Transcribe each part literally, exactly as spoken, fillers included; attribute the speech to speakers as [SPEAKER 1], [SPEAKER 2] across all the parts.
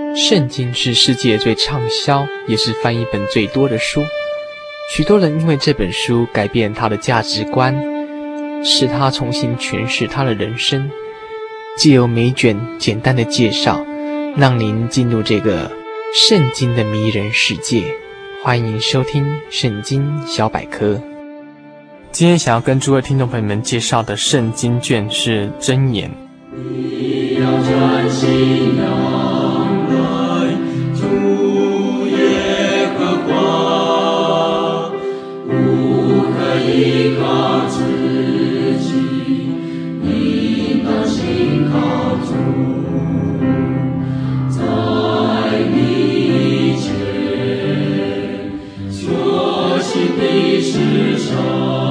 [SPEAKER 1] 圣经是世界最畅销，也是翻译本最多的书。许多人因为这本书改变他的价值观，使他重新诠释他的人生。藉由每卷简单的介绍，让您进入这个圣经的迷人世界。欢迎收听圣经小百科。今天想要跟诸位听众朋友们介绍的圣经卷是箴言。
[SPEAKER 2] 你要专心仰赖主耶和华，不可依靠自己，应当信靠主，在你前所行的事上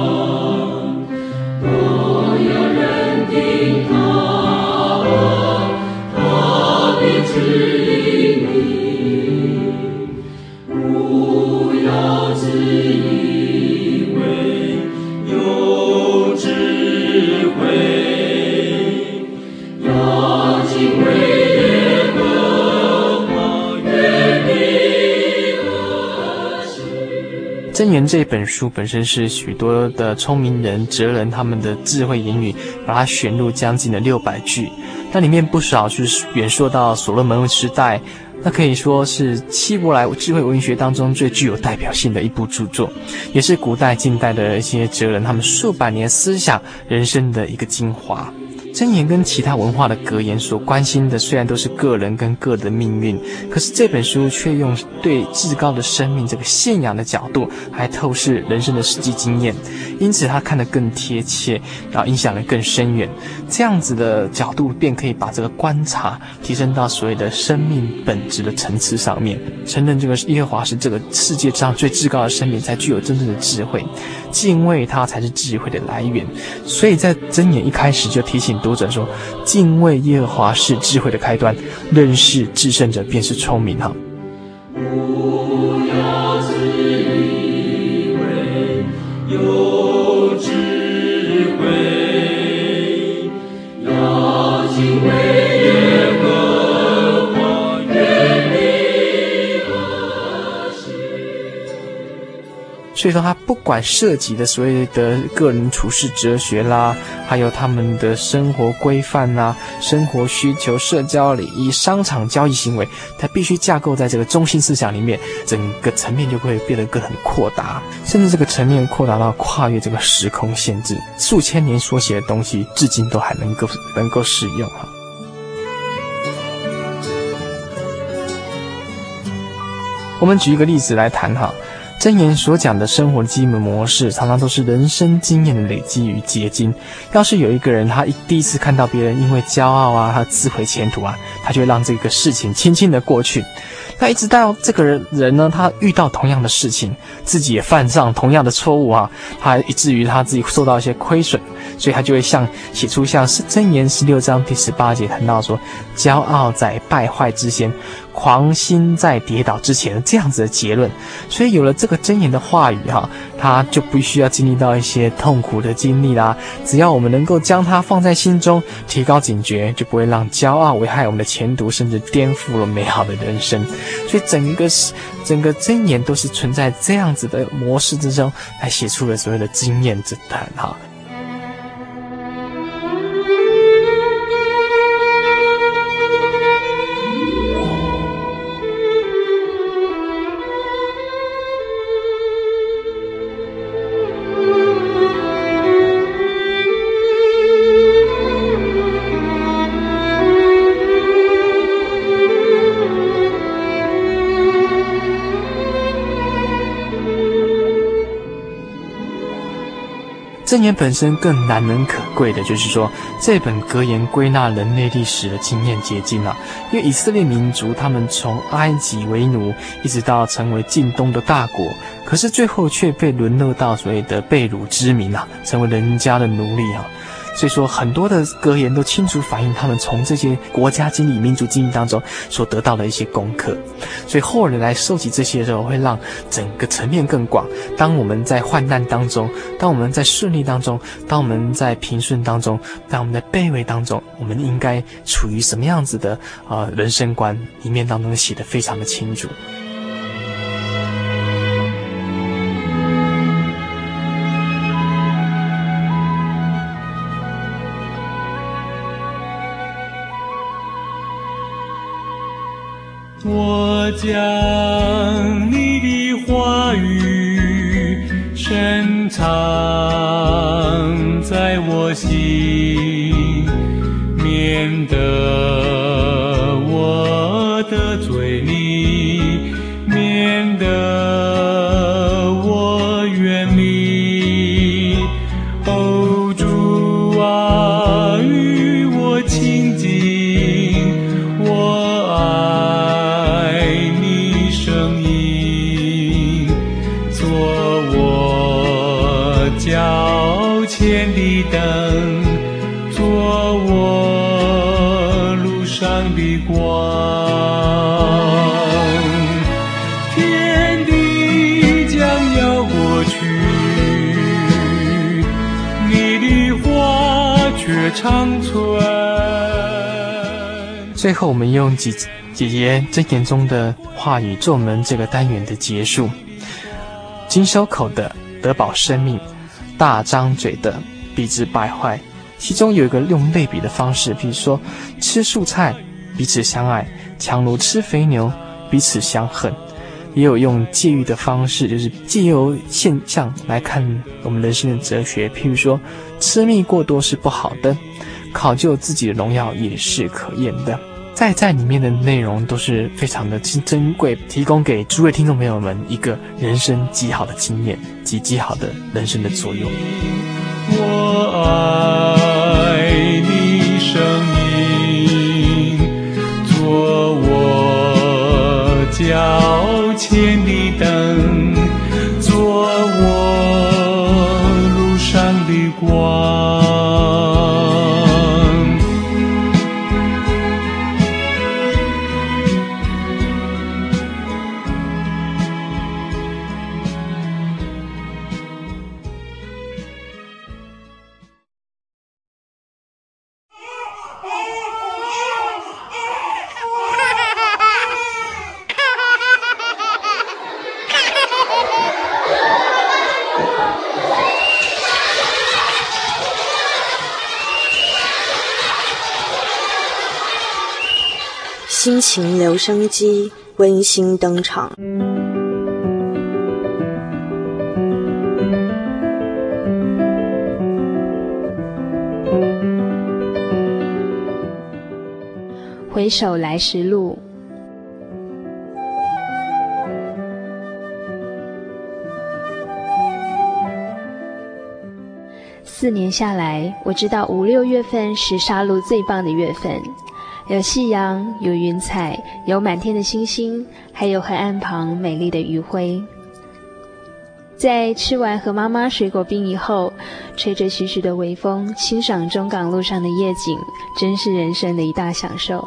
[SPEAKER 2] 都要认定他，他必指引你，不要自以为有智慧，要敬畏耶和华，远离恶行。
[SPEAKER 1] 箴言这本书本身是许多的聪明人、哲人他们的智慧言语，把它选入将近的六百句。那里面不少就是远溯到所罗门时代，那可以说是希伯来智慧文学当中最具有代表性的一部著作，也是古代近代的一些哲人他们数百年思想人生的一个精华。箴言跟其他文化的格言所关心的虽然都是个人跟个的命运，可是这本书却用对至高的生命这个信仰的角度，还透视人生的实际经验，因此他看得更贴切，然后影响得更深远。这样子的角度便可以把这个观察提升到所谓的生命本质的层次上面，承认这个耶和华是这个世界上最至高的生命，才具有真正的智慧，敬畏他才是智慧的来源。所以在箴言一开始就提醒读者说，敬畏耶和华是智慧的开端，认识至圣者便是聪明哈。
[SPEAKER 2] 不要自以为有智慧，要敬畏耶和华，远离恶行。
[SPEAKER 1] 所以说他不管涉及的所谓的个人处事哲学啦，还有他们的生活规范啦、生活需求、社交礼仪、商场交易行为，它必须架构在这个中心思想里面，整个层面就会变得更很扩大，甚至这个层面扩大到跨越这个时空限制，数千年所写的东西至今都还能够能够适用哈。我们举一个例子来谈哈。箴言所讲的生活的基本模式，常常都是人生经验的累积与结晶。要是有一个人，他一第一次看到别人因为骄傲啊，他自毁前途啊，他就会让这个事情轻轻的过去。那一直到这个人呢，他遇到同样的事情，自己也犯上同样的错误啊，他以至于他自己受到一些亏损，所以他就会像写出像是箴言十六章第十八节谈到说，骄傲在败坏之先，狂心在跌倒之前这样子的结论。所以有了这个箴言的话语哈，他就不需要经历到一些痛苦的经历啦，只要我们能够将它放在心中，提高警觉，就不会让骄傲危害我们的前途，甚至颠覆了美好的人生。所以整个整个箴言都是存在这样子的模式之中，来写出了所谓的经验之谈哈。箴言本身更难能可贵的就是说，这本格言归纳人类历史的经验结晶啊。因为以色列民族他们从埃及为奴，一直到成为近东的大国，可是最后却被沦落到所谓的被掳之民啊，成为人家的奴隶啊。 所以说很多的格言都清楚反映他们从这些国家经历、民族经历当中所得到的一些功课。所以后人来收集这些的时候，会让整个层面更广。当我们在患难当中，当我们在顺利当中，当我们在平顺当中，当我们在卑微当中，我们应该处于什么样子的呃人生观，里面当中写得非常的清楚。
[SPEAKER 2] 我将你的话语深藏在我心，免得我得罪你，免得我远离。哦，主啊，与我亲近，我爱你声音，做我脚前的灯，做我路上的光。天地将要过去，你的话却长存。
[SPEAKER 1] 最后我们用几姐姐箴言中的话语做我们这个单元的结束。经收口的得保生命，大张嘴的必致败坏。其中有一个用类比的方式，比如说吃素菜彼此相爱，强如吃肥牛彼此相恨。也有用借喻的方式，就是借由现象来看我们人生的哲学。譬如说吃蜜过多是不好的，考究自己的荣耀也是可厌的。在在里面的内容都是非常的珍贵，提供给诸位听众朋友们一个人生极好的经验及极好的人生的作用。
[SPEAKER 2] 我爱你声音，做我脚前的灯，做我路上的光。
[SPEAKER 3] 心情留声机温馨登场。
[SPEAKER 4] 回首来时路。四年下来，我知道五六月份是杀戮最棒的月份，有夕阳，有云彩，有满天的星星，还有河岸旁美丽的余晖。在吃完和妈妈水果冰以后，吹着徐徐的微风，欣赏中港路上的夜景，真是人生的一大享受。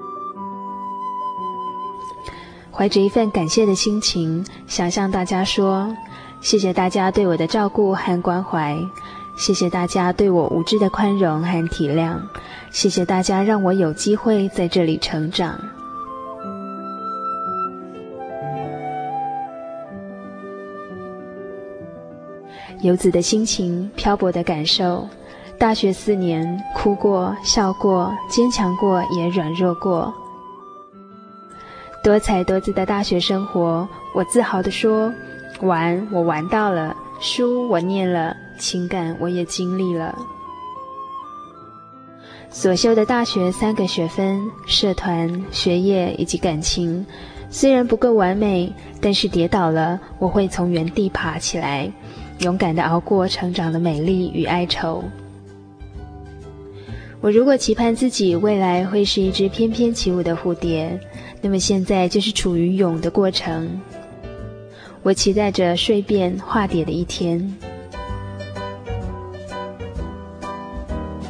[SPEAKER 4] 怀着一份感谢的心情，想向大家说，谢谢大家对我的照顾和关怀，谢谢大家对我无知的宽容和体谅，谢谢大家让我有机会在这里成长。游子的心情，漂泊的感受，大学四年，哭过，笑过，坚强过，也软弱过。多彩多姿的大学生活，我自豪地说，玩我玩到了，书我念了，情感我也经历了。所修的大学三个学分，社团、学业以及感情，虽然不够完美，但是跌倒了，我会从原地爬起来，勇敢地熬过成长的美丽与哀愁。我如果期盼自己未来会是一只翩翩起舞的蝴蝶，那么现在就是处于蛹的过程。我期待着蜕变化蝶的一天。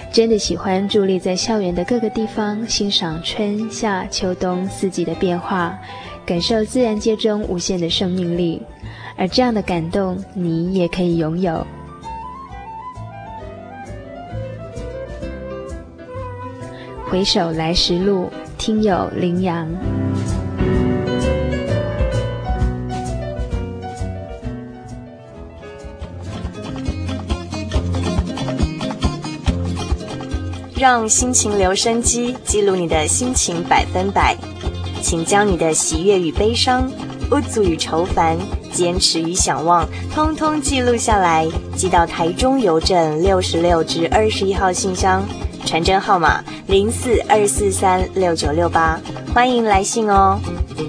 [SPEAKER 4] 真的喜欢伫立在校园的各个地方，欣赏春夏秋冬四季的变化，感受自然界中无限的生命力。而这样的感动，你也可以拥有。回首来时路，听友羚羊。
[SPEAKER 3] 让心情留声机记录你的心情百分百，请将你的喜悦与悲伤、不足与愁烦、坚持与想望，通通记录下来，寄到台中邮政六十六至二十一号信箱，传真号码零四二四三六九六八，欢迎来信哦。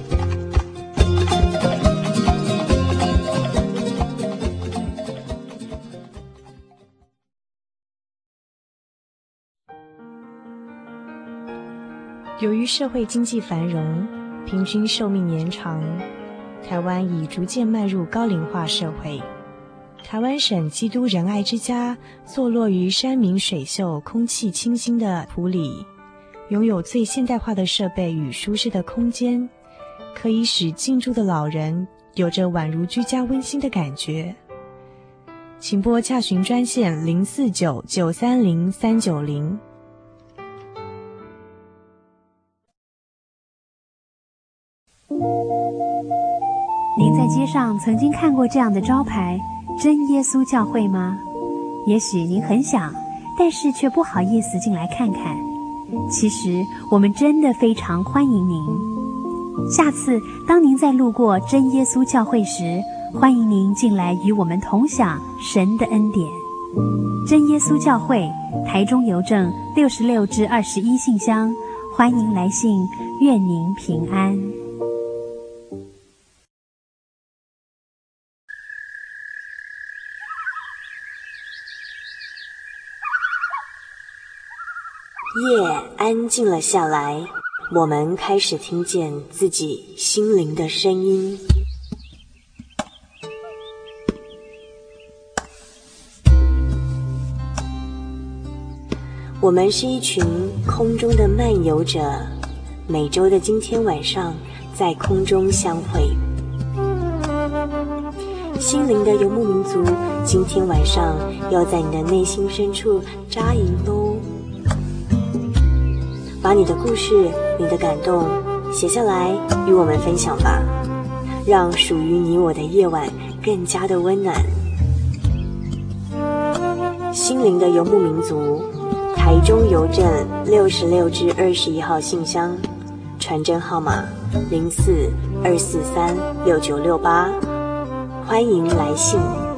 [SPEAKER 5] 由于社会经济繁荣，平均寿命延长，台湾已逐渐迈入高龄化社会。台湾省基督仁爱之家坐落于山明水秀、空气清新的埔里，拥有最现代化的设备与舒适的空间，可以使进驻的老人有着宛如居家温馨的感觉。请拨洽询专线零四九九三零三九零。
[SPEAKER 6] 您在街上曾经看过这样的招牌“真耶稣教会”吗？也许您很想，但是却不好意思进来看看。其实我们真的非常欢迎您。下次当您在路过真耶稣教会时，欢迎您进来与我们同享神的恩典。真耶稣教会，台中邮政六十六至二十一信箱，欢迎来信，愿您平安。
[SPEAKER 3] 夜安静了下来，我们开始听见自己心灵的声音。我们是一群空中的漫游者，每周的今天晚上在空中相会。心灵的游牧民族，今天晚上要在你的内心深处扎营喽。把你的故事、你的感动写下来，与我们分享吧，让属于你我的夜晚更加的温暖。心灵的游牧民族，台中邮政六十六至二十一号信箱，传真号码零四二四三六九六八，欢迎来信。